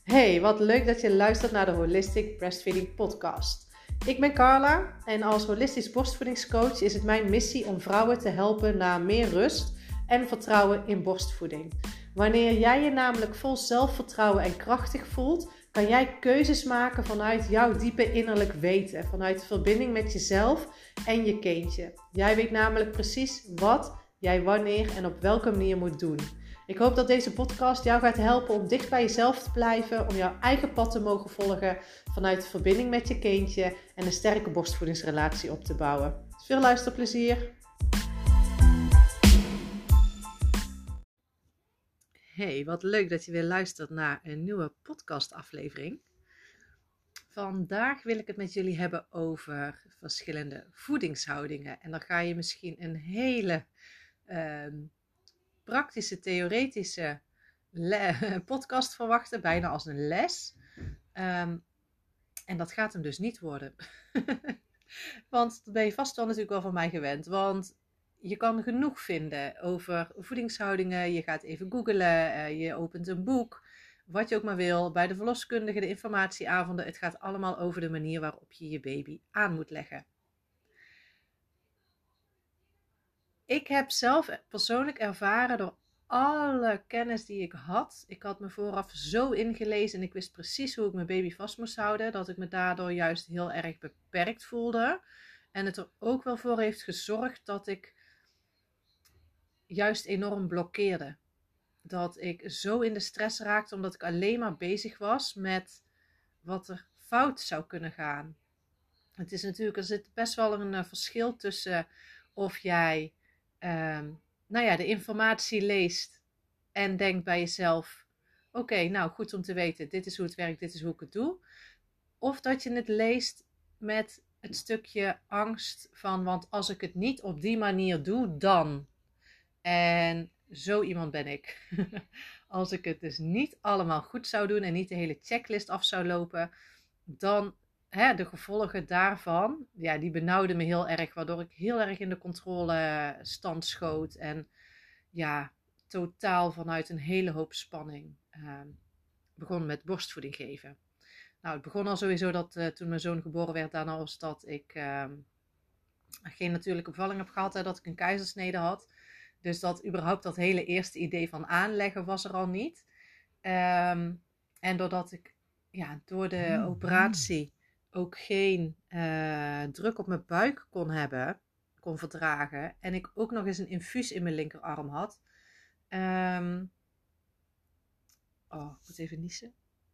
Hey, wat leuk dat je luistert naar de Holistic Breastfeeding Podcast. Ik ben Carla en als holistisch borstvoedingscoach is het mijn missie om vrouwen te helpen naar meer rust en vertrouwen in borstvoeding. Wanneer jij je namelijk vol zelfvertrouwen en krachtig voelt, kan jij keuzes maken vanuit jouw diepe innerlijk weten, vanuit de verbinding met jezelf en je kindje. Jij weet namelijk precies wat jij wanneer en op welke manier moet doen. Ik hoop dat deze podcast jou gaat helpen om dicht bij jezelf te blijven, om jouw eigen pad te mogen volgen vanuit de verbinding met je kindje en een sterke borstvoedingsrelatie op te bouwen. Veel luisterplezier! Hey, wat leuk dat je weer luistert naar een nieuwe podcastaflevering. Vandaag wil ik het met jullie hebben over verschillende voedingshoudingen. En dan ga je misschien een hele praktische, theoretische podcast verwachten, bijna als een les. En dat gaat hem dus niet worden. Want dat ben je vast wel natuurlijk wel van mij gewend. Want je kan genoeg vinden over voedingshoudingen. Je gaat even googlen, je opent een boek, wat je ook maar wil. Bij de verloskundige, de informatieavonden. Het gaat allemaal over de manier waarop je je baby aan moet leggen. Ik heb zelf persoonlijk ervaren door alle kennis die ik had. Ik had me vooraf zo ingelezen en ik wist precies hoe ik mijn baby vast moest houden. Dat ik me daardoor juist heel erg beperkt voelde. En het er ook wel voor heeft gezorgd dat ik juist enorm blokkeerde. Dat ik zo in de stress raakte omdat ik alleen maar bezig was met wat er fout zou kunnen gaan. Het is natuurlijk, er zit best wel een verschil tussen of jij de informatie leest en denkt bij jezelf, oké, nou goed om te weten, dit is hoe het werkt, dit is hoe ik het doe. Of dat je het leest met het stukje angst van, want als ik het niet op die manier doe, dan. En zo iemand ben ik. Als ik het dus niet allemaal goed zou doen en niet de hele checklist af zou lopen, dan de gevolgen daarvan, ja, die benauwden me heel erg, waardoor ik heel erg in de controlestand schoot en ja, totaal vanuit een hele hoop spanning begon met borstvoeding geven. Nou, het begon al sowieso dat toen mijn zoon geboren werd, daarna was dat ik geen natuurlijke bevalling heb gehad, dat ik een keizersnede had. Dus dat überhaupt dat hele eerste idee van aanleggen was er al niet. En doordat ik door de operatie ook geen druk op mijn buik kon verdragen. En ik ook nog eens een infuus in mijn linkerarm had. Ik moet even niezen.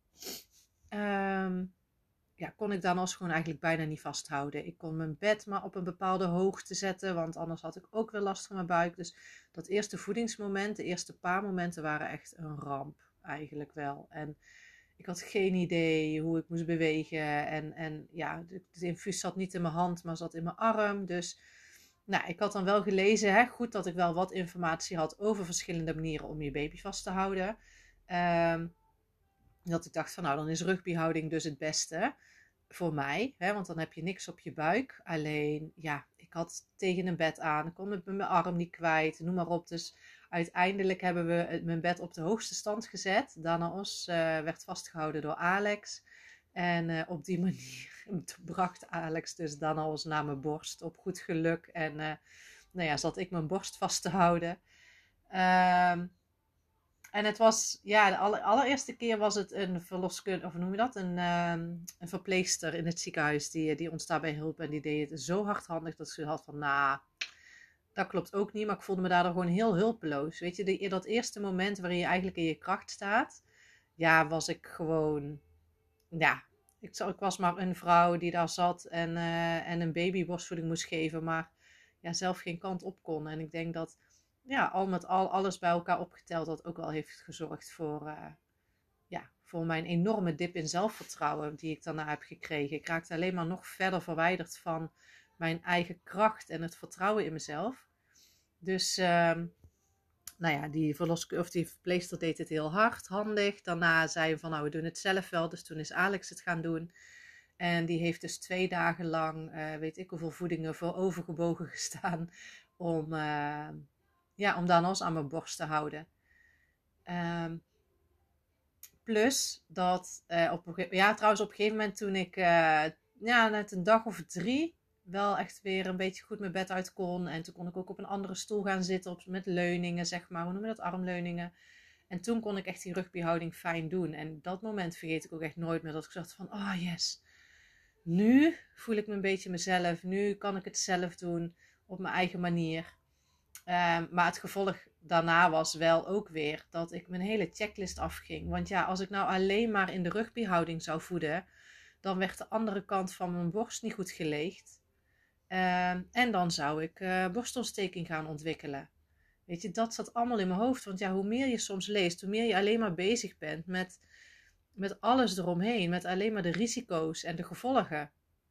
Kon ik dan als gewoon eigenlijk bijna niet vasthouden. Ik kon mijn bed maar op een bepaalde hoogte zetten, want anders had ik ook weer last van mijn buik. Dus dat eerste voedingsmoment, de eerste paar momenten waren echt een ramp eigenlijk wel. En ik had geen idee hoe ik moest bewegen. En de infuus zat niet in mijn hand, maar zat in mijn arm. Dus ik had dan wel gelezen, goed dat ik wel wat informatie had over verschillende manieren om je baby vast te houden. Dat ik dacht van dan is rugbyhouding dus het beste voor mij. Want dan heb je niks op je buik. Alleen ik had tegen een bed aan. Ik kon het met mijn arm niet kwijt. Noem maar op. Dus uiteindelijk hebben we mijn bed op de hoogste stand gezet. Danaos werd vastgehouden door Alex. En op die manier bracht Alex dus Danaos naar mijn borst. Op goed geluk. En zat ik mijn borst vast te houden. En het was, de allereerste keer was het een verloskundige, of hoe noem je dat? Een verpleegster in het ziekenhuis die ons daarbij hielp. En die deed het zo hardhandig dat ze had van, dat klopt ook niet. Maar ik voelde me daardoor gewoon heel hulpeloos. Weet je, dat eerste moment waarin je eigenlijk in je kracht staat, was ik gewoon, ik was maar een vrouw die daar zat en een baby borstvoeding moest geven. Maar zelf geen kant op kon. En ik denk dat al met al alles bij elkaar opgeteld dat ook wel heeft gezorgd voor mijn enorme dip in zelfvertrouwen die ik daarna heb gekregen. Ik raakte alleen maar nog verder verwijderd van mijn eigen kracht en het vertrouwen in mezelf. Dus die verpleegster deed het heel handig. Daarna zei hij van we doen het zelf wel. Dus toen is Alex het gaan doen. En die heeft dus 2 dagen lang, weet ik hoeveel voedingen voor overgebogen gestaan om Danaos aan mijn borst te houden. Plus dat trouwens op een gegeven moment toen ik net een dag of 3 wel echt weer een beetje goed mijn bed uit kon. En toen kon ik ook op een andere stoel gaan zitten met leuningen, zeg maar. Hoe noem je dat? Armleuningen. En toen kon ik echt die rugbyhouding fijn doen. En dat moment vergeet ik ook echt nooit meer. Dat ik dacht van, oh yes, nu voel ik me een beetje mezelf. Nu kan ik het zelf doen op mijn eigen manier. Maar het gevolg daarna was wel ook weer dat ik mijn hele checklist afging. Want ja, als ik nou alleen maar in de rugbyhouding zou voeden, dan werd de andere kant van mijn borst niet goed geleegd. En dan zou ik borstontsteking gaan ontwikkelen. Weet je, dat zat allemaal in mijn hoofd. Want ja, hoe meer je soms leest, hoe meer je alleen maar bezig bent met alles eromheen. Met alleen maar de risico's en de gevolgen.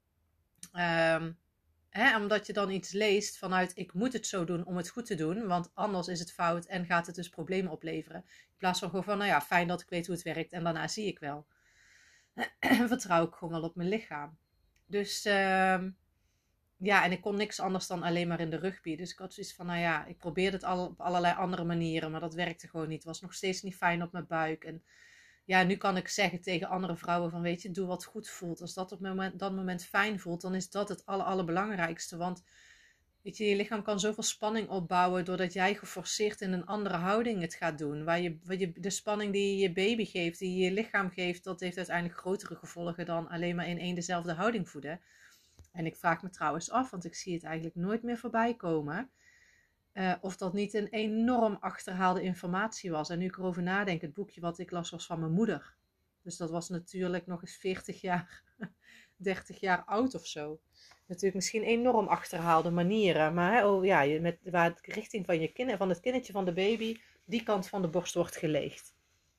Omdat je dan iets leest vanuit ik moet het zo doen om het goed te doen. Want anders is het fout en gaat het dus problemen opleveren. In plaats van gewoon van, nou ja, fijn dat ik weet hoe het werkt en daarna zie ik wel. En vertrouw ik gewoon wel op mijn lichaam. Dus ja, en ik kon niks anders dan alleen maar in de rugby. Dus ik had zoiets van, nou ja, ik probeerde het op allerlei andere manieren. Maar dat werkte gewoon niet. Het was nog steeds niet fijn op mijn buik. En ja, nu kan ik zeggen tegen andere vrouwen van, weet je, doe wat goed voelt. Als dat op dat moment fijn voelt, dan is dat het allerbelangrijkste. Want weet je lichaam kan zoveel spanning opbouwen doordat jij geforceerd in een andere houding het gaat doen. De spanning die je je baby geeft, die je je lichaam geeft, dat heeft uiteindelijk grotere gevolgen dan alleen maar in één dezelfde houding voeden. En ik vraag me trouwens af, want ik zie het eigenlijk nooit meer voorbij komen, of dat niet een enorm achterhaalde informatie was. En nu ik erover nadenk, het boekje wat ik las was van mijn moeder. Dus dat was natuurlijk nog eens 40 jaar, 30 jaar oud of zo. Natuurlijk misschien enorm achterhaalde manieren. Maar waar het richting van het kindertje van de baby, die kant van de borst wordt geleegd.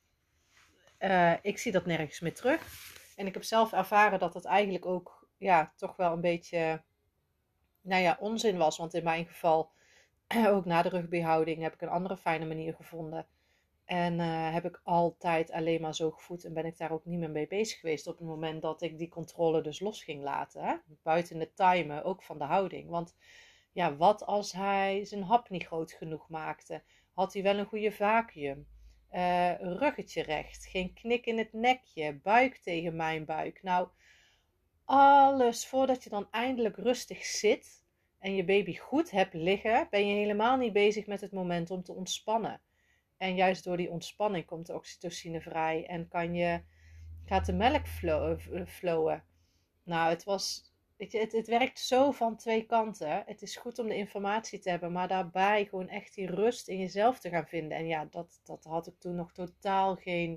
Ik zie dat nergens meer terug. En ik heb zelf ervaren dat het eigenlijk ook toch wel een beetje onzin was. Want in mijn geval, ook na de rugbyhouding, heb ik een andere fijne manier gevonden. En heb ik altijd alleen maar zo gevoed en ben ik daar ook niet meer mee bezig geweest op het moment dat ik die controle dus los ging laten. Hè? Buiten het timen, ook van de houding. Want ja, wat als hij zijn hap niet groot genoeg maakte? Had hij wel een goede vacuüm? Ruggetje recht, geen knik in het nekje, buik tegen mijn buik. Nou, alles voordat je dan eindelijk rustig zit en je baby goed hebt liggen, ben je helemaal niet bezig met het moment om te ontspannen. En juist door die ontspanning komt de oxytocine vrij en gaat de melk flowen. Nou, het werkt zo van twee kanten. Het is goed om de informatie te hebben, maar daarbij gewoon echt die rust in jezelf te gaan vinden. En ja, dat had ik toen nog totaal geen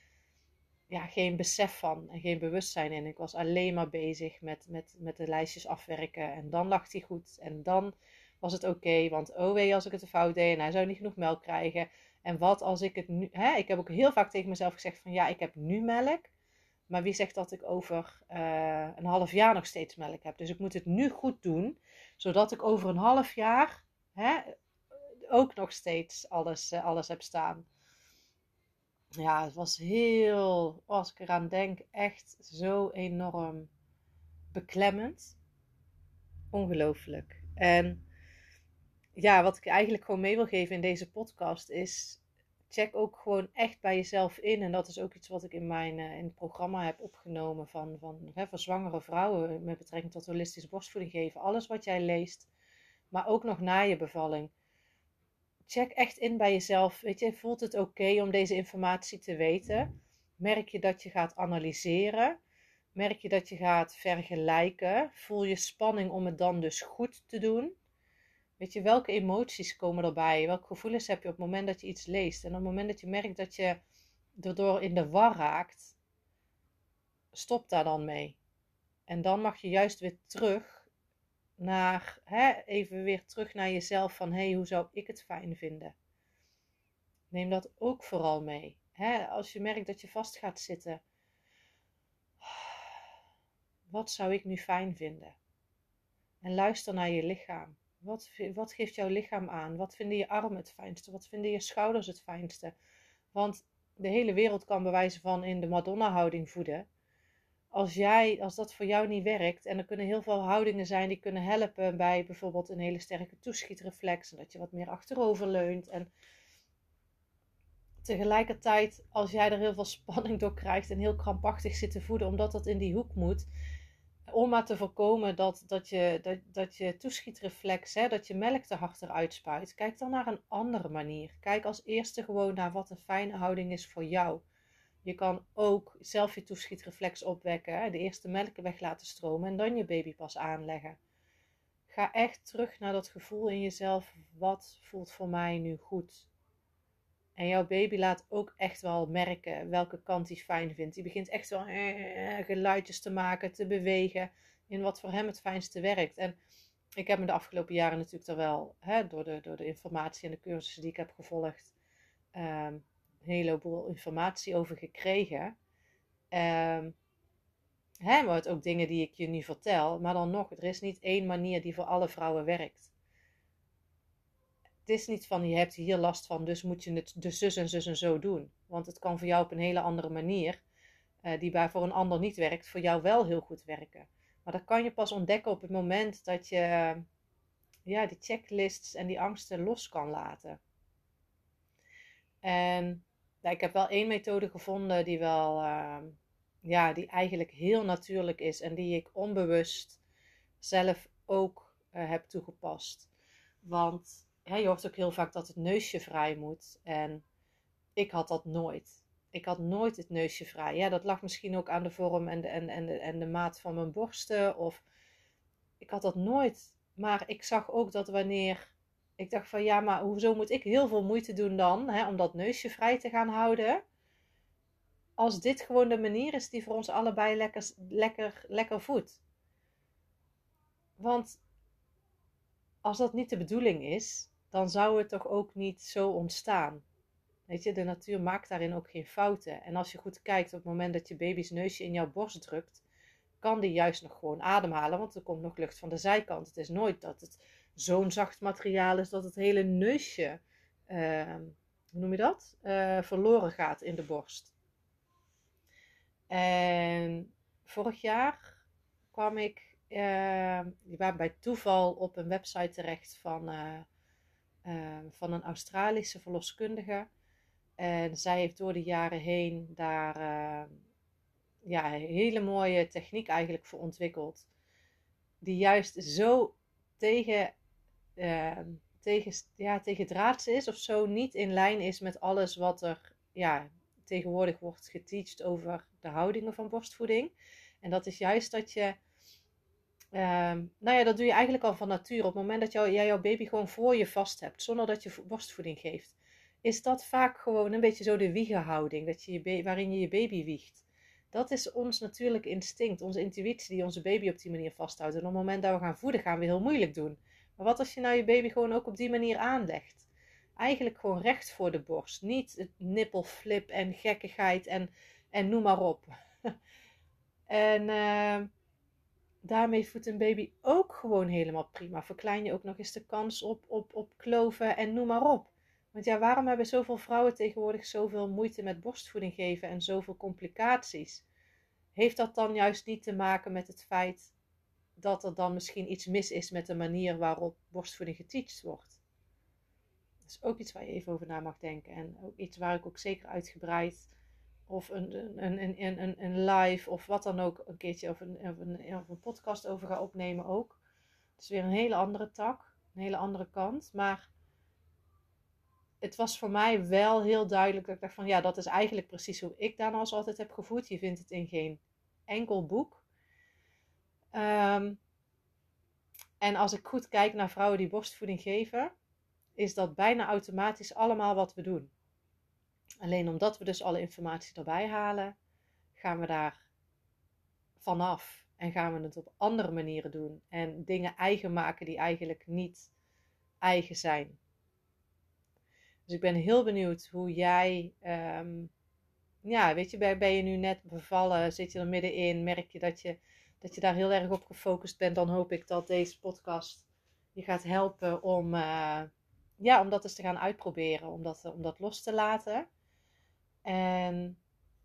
besef van en geen bewustzijn in. Ik was alleen maar bezig met de lijstjes afwerken. En dan lag hij goed. En dan was het oké, want oh wee als ik het een fout deed en hij zou niet genoeg melk krijgen. En wat als ik het nu... Ik heb ook heel vaak tegen mezelf gezegd van ja, ik heb nu melk. Maar wie zegt dat ik over een half jaar nog steeds melk heb? Dus ik moet het nu goed doen, zodat ik over een half jaar ook nog steeds alles heb staan. Ja, het was als ik eraan denk, echt zo enorm beklemmend. Ongelooflijk. En ja, wat ik eigenlijk gewoon mee wil geven in deze podcast is, check ook gewoon echt bij jezelf in. En dat is ook iets wat ik in het programma heb opgenomen voor zwangere vrouwen met betrekking tot holistisch borstvoeding geven. Alles wat jij leest, maar ook nog na je bevalling. Check echt in bij jezelf. Weet je, voelt het oké om deze informatie te weten? Merk je dat je gaat analyseren? Merk je dat je gaat vergelijken? Voel je spanning om het dan dus goed te doen? Weet je, welke emoties komen erbij? Welke gevoelens heb je op het moment dat je iets leest? En op het moment dat je merkt dat je erdoor in de war raakt, stop daar dan mee. En dan mag je juist weer terug even weer terug naar jezelf van hoe zou ik het fijn vinden? Neem dat ook vooral mee. Als je merkt dat je vast gaat zitten, wat zou ik nu fijn vinden? En luister naar je lichaam. Wat geeft jouw lichaam aan? Wat vinden je armen het fijnste? Wat vinden je schouders het fijnste? Want de hele wereld kan bewijzen van in de Madonna-houding voeden. Als dat voor jou niet werkt, en er kunnen heel veel houdingen zijn die kunnen helpen bij bijvoorbeeld een hele sterke toeschietreflex, en dat je wat meer achterover leunt. En tegelijkertijd, als jij er heel veel spanning door krijgt en heel krampachtig zit te voeden, omdat dat in die hoek moet, om maar te voorkomen dat je toeschietreflex, dat je melk te hard eruit spuit, kijk dan naar een andere manier. Kijk als eerste gewoon naar wat een fijne houding is voor jou. Je kan ook zelf je toeschietreflex opwekken, de eerste melk weg laten stromen en dan je baby pas aanleggen. Ga echt terug naar dat gevoel in jezelf, wat voelt voor mij nu goed? En jouw baby laat ook echt wel merken welke kant hij fijn vindt. Die begint echt wel geluidjes te maken, te bewegen in wat voor hem het fijnste werkt. En ik heb me de afgelopen jaren natuurlijk er wel, door de informatie en de cursussen die ik heb gevolgd, een heleboel informatie over gekregen. Maar het ook dingen die ik je nu vertel. Maar dan nog, er is niet één manier die voor alle vrouwen werkt. Het is niet van, je hebt hier last van, dus moet je het dus zus en zo doen. Want het kan voor jou op een hele andere manier, die voor een ander niet werkt, voor jou wel heel goed werken. Maar dat kan je pas ontdekken op het moment dat je die checklists en die angsten los kan laten. En ik heb wel één methode gevonden die wel, die eigenlijk heel natuurlijk is en die ik onbewust zelf ook heb toegepast. Want je hoort ook heel vaak dat het neusje vrij moet. En ik had dat nooit. Ik had nooit het neusje vrij. Ja, dat lag misschien ook aan de vorm en de maat van mijn borsten. Of ik had dat nooit. Maar ik zag ook dat wanneer ik dacht van ja, maar hoezo moet ik heel veel moeite doen dan om dat neusje vrij te gaan houden? Als dit gewoon de manier is die voor ons allebei lekker voedt. Want als dat niet de bedoeling is, dan zou het toch ook niet zo ontstaan. Weet je, de natuur maakt daarin ook geen fouten. En als je goed kijkt op het moment dat je baby's neusje in jouw borst drukt, kan die juist nog gewoon ademhalen, want er komt nog lucht van de zijkant. Het is nooit dat het zo'n zacht materiaal is dat het hele neusje, hoe noem je dat? Verloren gaat in de borst. En vorig jaar kwam ik bij toeval op een website terecht van een Australische verloskundige. En zij heeft door de jaren heen daar een hele mooie techniek eigenlijk voor ontwikkeld. Die juist zo tegen draads is of zo niet in lijn is met alles wat er tegenwoordig wordt geteacht over de houdingen van borstvoeding. En dat is juist dat je dat doe je eigenlijk al van nature. Op het moment dat jij jouw baby gewoon voor je vast hebt, zonder dat je borstvoeding geeft, is dat vaak gewoon een beetje zo de wiegenhouding, waarin je je baby wiegt. Dat is ons natuurlijke instinct, onze intuïtie die onze baby op die manier vasthoudt. En op het moment dat we gaan voeden, gaan we heel moeilijk doen. Maar wat als je nou je baby gewoon ook op die manier aanlegt? Eigenlijk gewoon recht voor de borst. Niet het nippelflip en gekkigheid en noem maar op. En daarmee voedt een baby ook gewoon helemaal prima. Verklein je ook nog eens de kans op kloven en noem maar op. Want ja, waarom hebben zoveel vrouwen tegenwoordig zoveel moeite met borstvoeding geven en zoveel complicaties? Heeft dat dan juist niet te maken met het feit dat er dan misschien iets mis is met de manier waarop borstvoeding geteacht wordt? Dat is ook iets waar je even over na mag denken. En ook iets waar ik ook zeker uitgebreid of een live of wat dan ook een keertje of een podcast over ga opnemen ook. Het is weer een hele andere tak, een hele andere kant. Maar het was voor mij wel heel duidelijk dat ik dacht van ja, dat is eigenlijk precies hoe ik Dana's altijd heb gevoed. Je vindt het in geen enkel boek. En als ik goed kijk naar vrouwen die borstvoeding geven, is dat bijna automatisch allemaal wat we doen. Alleen omdat we dus alle informatie erbij halen, gaan we daar vanaf en gaan we het op andere manieren doen. En dingen eigen maken die eigenlijk niet eigen zijn. Dus ik ben heel benieuwd hoe jij, ben je nu net bevallen, zit je er middenin, merk je dat je daar heel erg op gefocust bent, dan hoop ik dat deze podcast je gaat helpen om dat eens te gaan uitproberen, om dat los te laten. En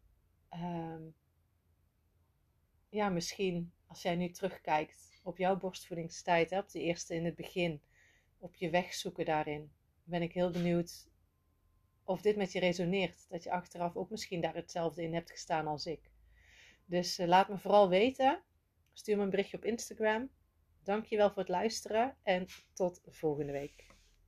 misschien als jij nu terugkijkt op jouw borstvoedingstijd, op de eerste in het begin, op je weg zoeken daarin, ben ik heel benieuwd of dit met je resoneert. Dat je achteraf ook misschien daar hetzelfde in hebt gestaan als ik. Dus laat me vooral weten. Stuur me een berichtje op Instagram. Dankjewel voor het luisteren en tot volgende week.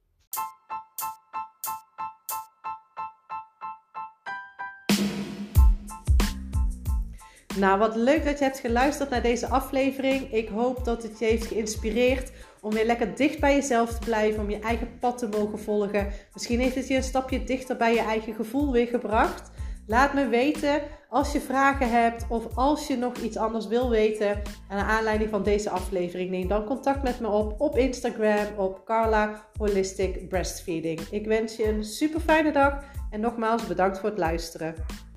Nou, wat leuk dat je hebt geluisterd naar deze aflevering. Ik hoop dat het je heeft geïnspireerd om weer lekker dicht bij jezelf te blijven, om je eigen pad te mogen volgen. Misschien heeft het je een stapje dichter bij je eigen gevoel weer gebracht. Laat me weten als je vragen hebt of als je nog iets anders wil weten. Naar aanleiding van deze aflevering, neem dan contact met me op Instagram op Carla Holistic Breastfeeding. Ik wens je een super fijne dag en nogmaals bedankt voor het luisteren.